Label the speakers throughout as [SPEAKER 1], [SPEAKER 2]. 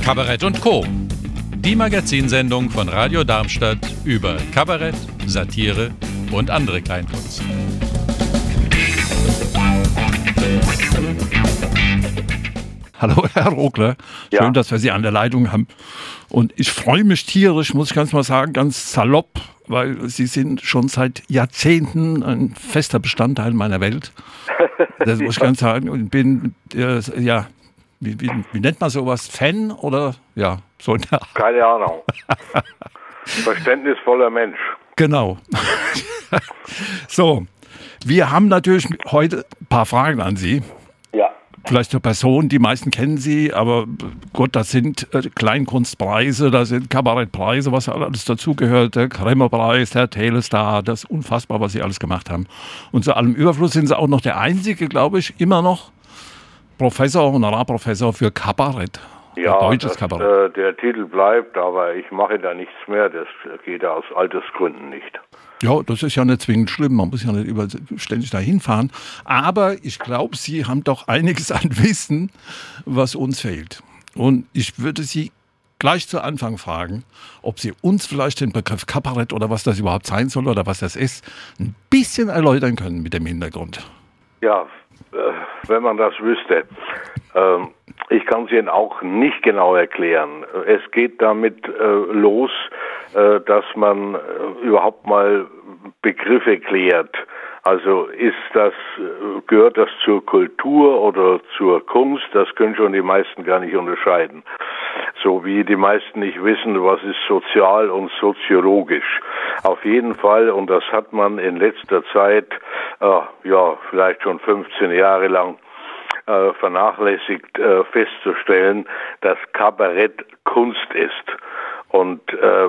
[SPEAKER 1] Kabarett und Co. Die Magazinsendung von Radio Darmstadt über Kabarett, Satire und andere Kleinkunst.
[SPEAKER 2] Hallo Herr Rogler,
[SPEAKER 3] Ja.
[SPEAKER 2] Schön, dass wir Sie an der Leitung haben. Und ich freue mich tierisch, muss ich ganz mal sagen, ganz salopp, weil Sie sind schon seit Jahrzehnten ein fester Bestandteil meiner Welt. Das muss ich ganz sagen. Und bin, wie nennt man sowas? Fan oder ja, so in der Art.
[SPEAKER 3] Keine Ahnung. Verständnisvoller Mensch.
[SPEAKER 2] Genau. So, wir haben natürlich heute ein paar Fragen an Sie.
[SPEAKER 3] Ja.
[SPEAKER 2] Vielleicht zur Person, die meisten kennen Sie, aber Gott, das sind Kleinkunstpreise, das sind Kabarettpreise, was alles dazugehört, der Krämerpreis, der Telestar, das ist unfassbar, was Sie alles gemacht haben. Und zu allem Überfluss sind Sie auch noch der einzige, glaube ich, immer noch Professor, Honorarprofessor für Kabarett.
[SPEAKER 3] Ja,
[SPEAKER 2] deutsches Kabarett.
[SPEAKER 3] Der Titel bleibt, aber ich mache da nichts mehr. Das geht aus Altersgründen nicht.
[SPEAKER 2] Ja, das ist ja nicht zwingend schlimm, man muss ja nicht ständig dahin fahren. Aber ich glaube, Sie haben doch einiges an Wissen, was uns fehlt. Und ich würde Sie gleich zu Anfang fragen, ob Sie uns vielleicht den Begriff Kabarett oder was das überhaupt sein soll oder was das ist, ein bisschen erläutern können mit dem Hintergrund.
[SPEAKER 3] Ja, wenn man das wüsste. Ich kann es Ihnen auch nicht genau erklären. Es geht damit los, dass man überhaupt mal Begriffe klärt. Also gehört das zur Kultur oder zur Kunst? Das können schon die meisten gar nicht unterscheiden. So wie die meisten nicht wissen, was ist sozial und soziologisch. Auf jeden Fall, und das hat man in letzter Zeit, vielleicht schon 15 Jahre lang, vernachlässigt festzustellen, dass Kabarett Kunst ist. Und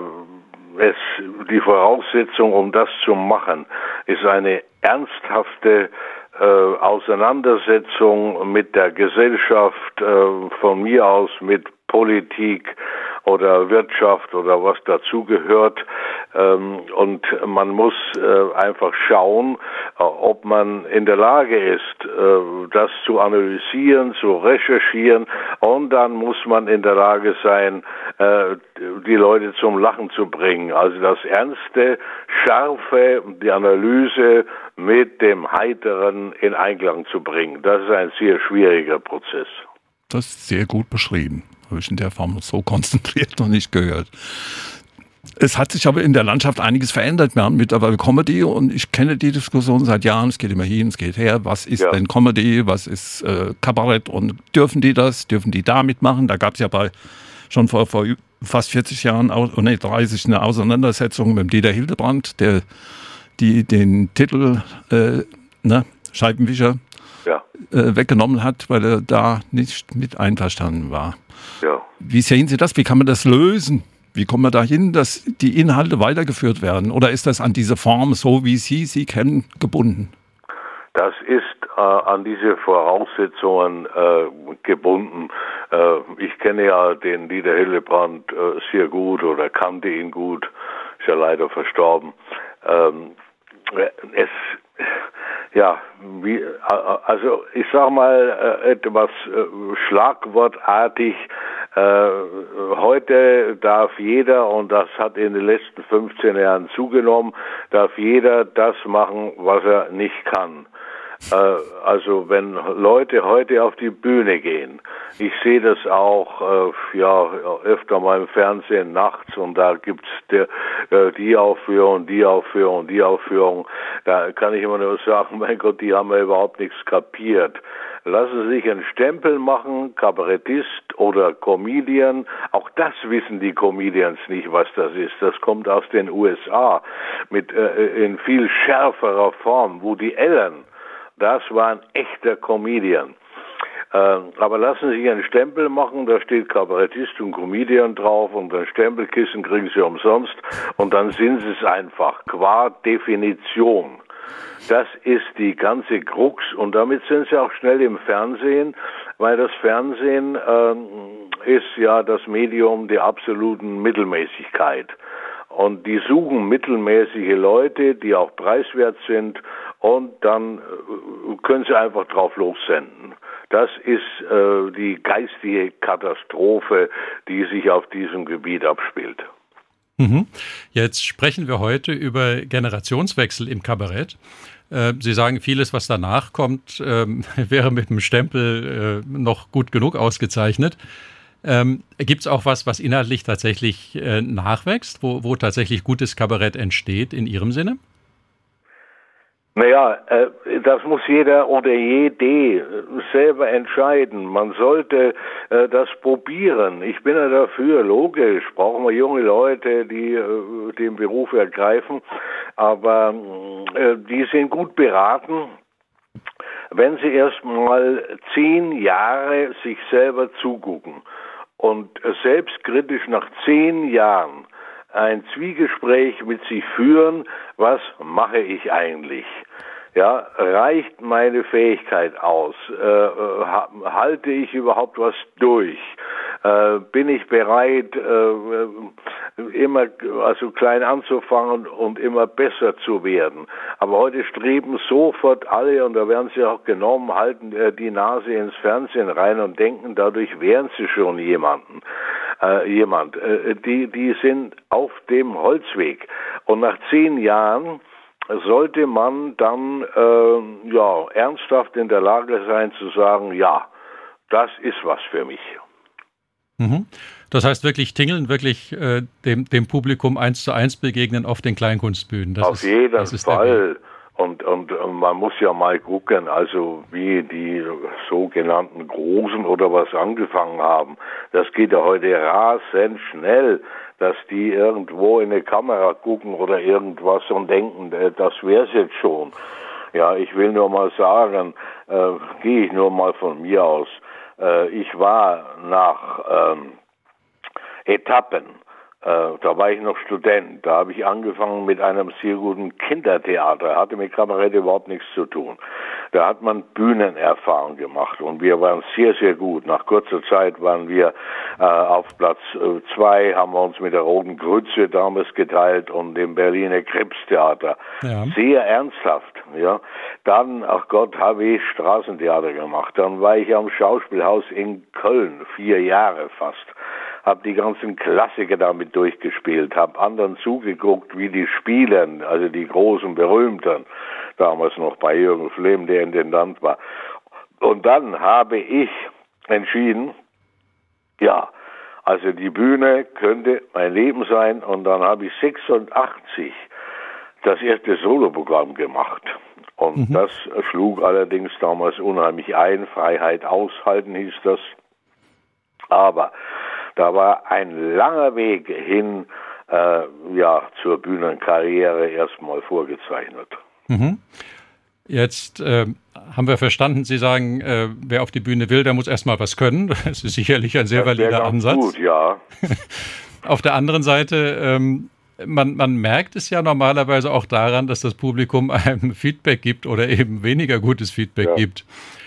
[SPEAKER 3] die Voraussetzung, um das zu machen, ist eine ernsthafte Auseinandersetzung mit der Gesellschaft, von mir aus mit Politik oder Wirtschaft oder was dazugehört. Und man muss einfach schauen, ob man in der Lage ist, das zu analysieren, zu recherchieren, und dann muss man in der Lage sein, die Leute zum Lachen zu bringen. Also das Ernste, Scharfe, die Analyse mit dem Heiteren in Einklang zu bringen. Das ist ein sehr schwieriger Prozess.
[SPEAKER 2] Das ist sehr gut beschrieben. Habe ich in der Form so konzentriert noch nicht gehört. Es hat sich aber in der Landschaft einiges verändert. Wir haben mittlerweile Comedy und ich kenne die Diskussion seit Jahren. Es geht immer hin, es geht her. Was ist denn Comedy? Was ist Kabarett? Und dürfen die das? Dürfen die da mitmachen? Da gab es ja schon vor fast 40 Jahren, 30, eine Auseinandersetzung mit dem Dieter Hildebrand, die den Titel Scheibenwischer weggenommen hat, weil er da nicht mit einverstanden war.
[SPEAKER 3] Ja.
[SPEAKER 2] Wie sehen Sie das? Wie kann man das lösen? Wie kommen wir dahin, dass die Inhalte weitergeführt werden? Oder ist das an diese Form, so wie Sie kennen, gebunden?
[SPEAKER 3] Das ist an diese Voraussetzungen gebunden. Ich kenne ja den Dieter Hildebrand sehr gut oder kannte ihn gut, ist ja leider verstorben. Ich sag mal etwas schlagwortartig. Heute darf jeder, und das hat in den letzten 15 Jahren zugenommen, darf jeder das machen, was er nicht kann. Also wenn Leute heute auf die Bühne gehen, ich sehe das auch öfter mal im Fernsehen nachts, und da gibt's die Aufführung, die Aufführung, die Aufführung. Da kann ich immer nur sagen, mein Gott, die haben ja überhaupt nichts kapiert. Lassen Sie sich einen Stempel machen, Kabarettist oder Comedian. Auch das wissen die Comedians nicht, was das ist. Das kommt aus den USA in viel schärferer Form. Woody Allen, das war ein echter Comedian. Aber lassen Sie sich einen Stempel machen, da steht Kabarettist und Comedian drauf, und ein Stempelkissen kriegen Sie umsonst, und dann sind Sie es einfach, qua Definition. Das ist die ganze Krux, und damit sind Sie auch schnell im Fernsehen, weil das Fernsehen ist ja das Medium der absoluten Mittelmäßigkeit. Und die suchen mittelmäßige Leute, die auch preiswert sind, und dann können sie einfach drauf lossenden. Das ist die geistige Katastrophe, die sich auf diesem Gebiet abspielt.
[SPEAKER 1] Jetzt sprechen wir heute über Generationswechsel im Kabarett. Sie sagen, vieles, was danach kommt, wäre mit dem Stempel noch gut genug ausgezeichnet. Gibt es auch was inhaltlich tatsächlich nachwächst, wo tatsächlich gutes Kabarett entsteht in Ihrem Sinne?
[SPEAKER 3] Naja, das muss jeder oder jede selber entscheiden. Man sollte das probieren. Ich bin ja dafür, logisch, brauchen wir junge Leute, die den Beruf ergreifen, aber die sind gut beraten, wenn sie erst mal 10 Jahre sich selber zugucken und selbstkritisch nach 10 Jahren ein Zwiegespräch mit sich führen, was mache ich eigentlich? Ja, reicht meine Fähigkeit aus? Halte ich überhaupt was durch? Bin ich bereit, immer klein anzufangen und immer besser zu werden? Aber heute streben sofort alle, und da werden sie auch genommen, halten die Nase ins Fernsehen rein und denken, dadurch wären sie schon jemand. Die sind auf dem Holzweg. Und nach 10 Jahren sollte man dann ernsthaft in der Lage sein zu sagen, ja, das ist was für mich.
[SPEAKER 1] Das heißt wirklich tingeln, wirklich dem Publikum 1:1 begegnen auf den Kleinkunstbühnen.
[SPEAKER 3] Auf jeden Fall. Und man muss ja mal gucken, also wie die sogenannten Großen oder was angefangen haben. Das geht ja heute rasend schnell, dass die irgendwo in eine Kamera gucken oder irgendwas und denken, das wär's jetzt schon. Ja, ich will nur mal sagen, gehe ich nur mal von mir aus. Ich war nach Etappen. Da war ich noch Student, da habe ich angefangen mit einem sehr guten Kindertheater, hatte mit Kabarett überhaupt nichts zu tun. Da hat man Bühnenerfahrung gemacht und wir waren sehr, sehr gut. Nach kurzer Zeit waren wir auf Platz 2, haben wir uns mit der Roten Grütze damals geteilt und dem Berliner Krebstheater. Ja. Sehr ernsthaft, ja. Dann, ach Gott, habe ich Straßentheater gemacht. Dann war ich am Schauspielhaus in Köln, 4 Jahre fast. Habe die ganzen Klassiker damit durchgespielt, habe anderen zugeguckt, wie die spielen, also die großen Berühmten, damals noch bei Jürgen Flemm, der Intendant war. Und dann habe ich entschieden, ja, also die Bühne könnte mein Leben sein, und dann habe ich 86 das erste Soloprogramm gemacht. Und das schlug allerdings damals unheimlich ein, Freiheit aushalten hieß das. Aber da war ein langer Weg hin, zur Bühnenkarriere erstmal vorgezeichnet.
[SPEAKER 1] Jetzt haben wir verstanden, Sie sagen, wer auf die Bühne will, der muss erstmal was können. Das ist sicherlich ein sehr valider Ansatz.
[SPEAKER 3] Gut, ja.
[SPEAKER 1] Auf der anderen Seite, man merkt es ja normalerweise auch daran, dass das Publikum einem Feedback gibt oder eben weniger gutes Feedback gibt.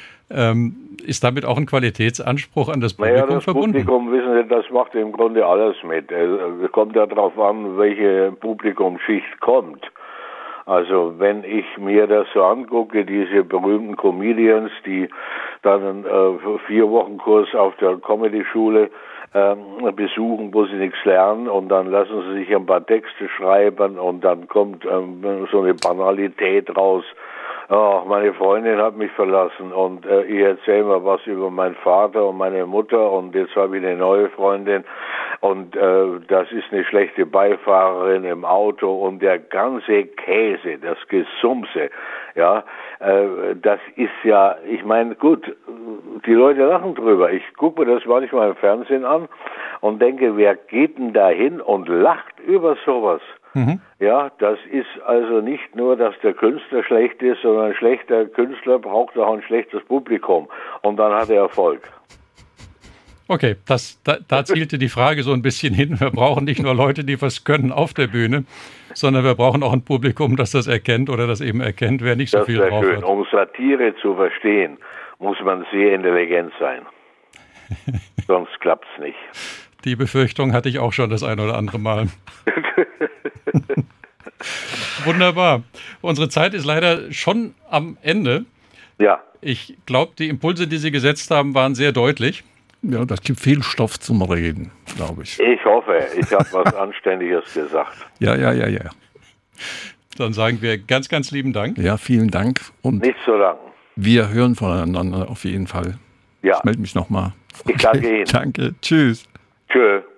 [SPEAKER 1] Ist damit auch ein Qualitätsanspruch an das Publikum verbunden?
[SPEAKER 3] Das Publikum, wissen Sie, das macht im Grunde alles mit. Es kommt ja darauf an, welche Publikumsschicht kommt. Also wenn ich mir das so angucke, diese berühmten Comedians, die dann einen 4-Wochen-Kurs auf der Comedy-Schule besuchen, wo sie nichts lernen, und dann lassen sie sich ein paar Texte schreiben und dann kommt so eine Banalität raus. Oh, meine Freundin hat mich verlassen und ich erzähle mal was über meinen Vater und meine Mutter und jetzt habe ich eine neue Freundin und das ist eine schlechte Beifahrerin im Auto und der ganze Käse, das Gesumse, ja, das ist ja, ich meine, gut, die Leute lachen drüber. Ich gucke mir das manchmal im Fernsehen an und denke, wer geht denn da hin und lacht über sowas? Ja, das ist also nicht nur, dass der Künstler schlecht ist, sondern ein schlechter Künstler braucht auch ein schlechtes Publikum und dann hat er Erfolg.
[SPEAKER 1] Okay, da zielte die Frage so ein bisschen hin. Wir brauchen nicht nur Leute, die was können auf der Bühne, sondern wir brauchen auch ein Publikum, das das erkennt oder das eben erkennt, wer nicht so viel drauf hat.
[SPEAKER 3] Um Satire zu verstehen, muss man sehr intelligent sein. Sonst klappt's nicht.
[SPEAKER 1] Die Befürchtung hatte ich auch schon das ein oder andere Mal. Wunderbar. Unsere Zeit ist leider schon am Ende.
[SPEAKER 3] Ja.
[SPEAKER 1] Ich glaube, die Impulse, die Sie gesetzt haben, waren sehr deutlich.
[SPEAKER 2] Ja, das gibt viel Stoff zum Reden, glaube ich.
[SPEAKER 3] Ich hoffe, ich habe was Anständiges gesagt.
[SPEAKER 2] Ja.
[SPEAKER 1] Dann sagen wir ganz, ganz lieben Dank.
[SPEAKER 2] Ja, vielen Dank. Und
[SPEAKER 3] Nicht zu danken.
[SPEAKER 2] wir hören voneinander auf jeden Fall.
[SPEAKER 3] Ja.
[SPEAKER 2] Ich melde mich nochmal.
[SPEAKER 3] Ich danke Ihnen.
[SPEAKER 2] Danke. Tschüss.
[SPEAKER 3] Tschö.